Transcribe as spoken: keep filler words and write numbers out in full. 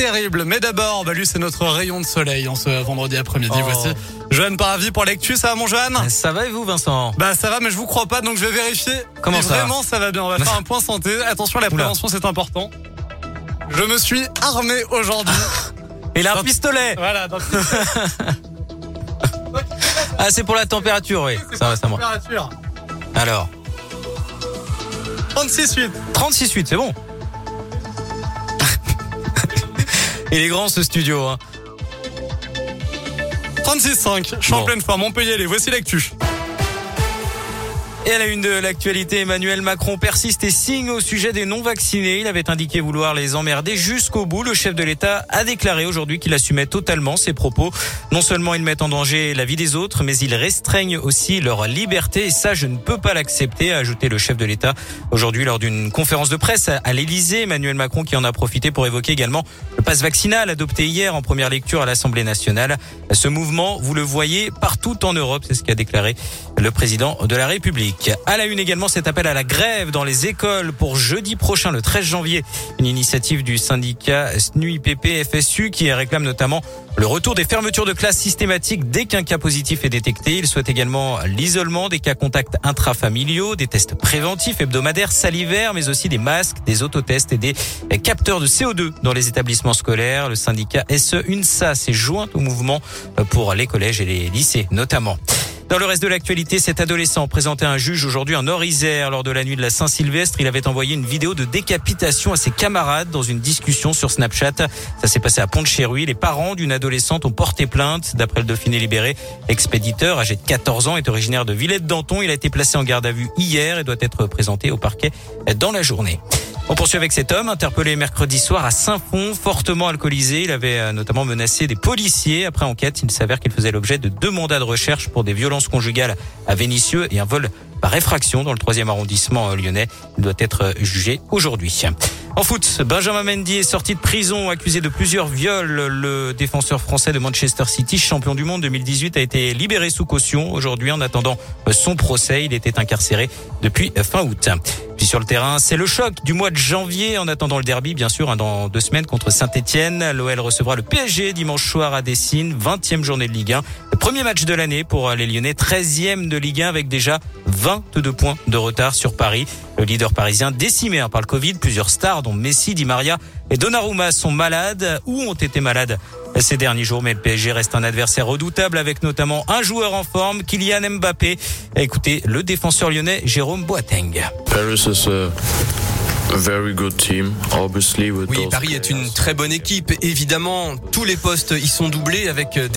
terrible. Mais d'abord, bah lui, c'est notre rayon de soleil en ce vendredi après-midi. Oh. Voici Johan Paravi pour l'actu. Ça va, mon Johan? Ça va et vous, Vincent? Bah ça va, mais je vous crois pas, donc je vais vérifier. Comment Mais ça vraiment, ça va bien. On va faire un point santé. Attention, la Oula. prévention, c'est important. Je me suis armé aujourd'hui. Il a un Dans- pistolet. Voilà. Dans... Ah, c'est pour la température, oui. C'est Ça va, pas ça va. température. Alors, trente-six huit. trente-six huit, c'est bon. Il est grand ce studio, hein. trente-six cinq. Je suis en Bon. pleine forme. On peut y aller. Voici l'actu. Et à la une de l'actualité, Emmanuel Macron persiste et signe au sujet des non-vaccinés. Il avait indiqué vouloir les emmerder jusqu'au bout. Le chef de l'État a déclaré aujourd'hui qu'il assumait totalement ses propos. Non seulement ils mettent en danger la vie des autres, mais ils restreignent aussi leur liberté. Et ça, je ne peux pas l'accepter, a ajouté le chef de l'État aujourd'hui lors d'une conférence de presse à l'Élysée. Emmanuel Macron qui en a profité pour évoquer également le pass vaccinal adopté hier en première lecture à l'Assemblée nationale. Ce mouvement, vous le voyez partout en Europe, c'est ce qu'a déclaré le président de la République. À la une également, cet appel à la grève dans les écoles pour jeudi prochain, le treize janvier. Une initiative du syndicat S N U I P P F S U qui réclame notamment le retour des fermetures de classes systématiques dès qu'un cas positif est détecté. Il souhaite également l'isolement des cas contacts intrafamiliaux, des tests préventifs hebdomadaires salivaires, mais aussi des masques, des autotests et des capteurs de C O deux dans les établissements scolaires. Le syndicat S E UNSA s'est joint au mouvement pour les collèges et les lycées notamment. Dans le reste de l'actualité, cet adolescent présenté à un juge aujourd'hui en Nord-Isère lors de la nuit de la Saint-Sylvestre. Il avait envoyé une vidéo de décapitation à ses camarades dans une discussion sur Snapchat. Ça s'est passé à Pont-de-Chéruy. Les parents d'une adolescente ont porté plainte. D'après le Dauphiné Libéré, l'expéditeur, âgé de quatorze ans, est originaire de Villette-Danton. Il a été placé en garde à vue hier et doit être présenté au parquet dans la journée. On poursuit avec cet homme interpellé mercredi soir à Saint-Fond, fortement alcoolisé. Il avait notamment menacé des policiers. Après enquête, il s'avère qu'il faisait l'objet de deux mandats de recherche pour des violences conjugales à Vénissieux et un vol par effraction dans le troisième arrondissement lyonnais. Il doit être jugé aujourd'hui. En foot, Benjamin Mendy est sorti de prison accusé de plusieurs viols. Le défenseur français de Manchester City, champion du monde deux mille dix-huit, a été libéré sous caution aujourd'hui en attendant son procès. Il était incarcéré depuis fin août. Puis sur le terrain, c'est le choc du mois de janvier en attendant le derby, bien sûr, dans deux semaines contre Saint-Etienne. L'O L recevra le P S G dimanche soir à Dessine, vingtième journée de Ligue un. Le premier match de l'année pour les Lyonnais, treizième de Ligue un avec déjà vingt-deux points de retard sur Paris. Le leader parisien décimé par le Covid. Plusieurs stars dont Messi, Di Maria et Donnarumma sont malades ou ont été malades ces derniers jours. Mais le P S G reste un adversaire redoutable avec notamment un joueur en forme, Kylian Mbappé. Écoutez le défenseur lyonnais Jérôme Boateng. Paris is a very good team, obviously with Oui, those Paris est une players. très bonne équipe. Évidemment, tous les postes y sont doublés avec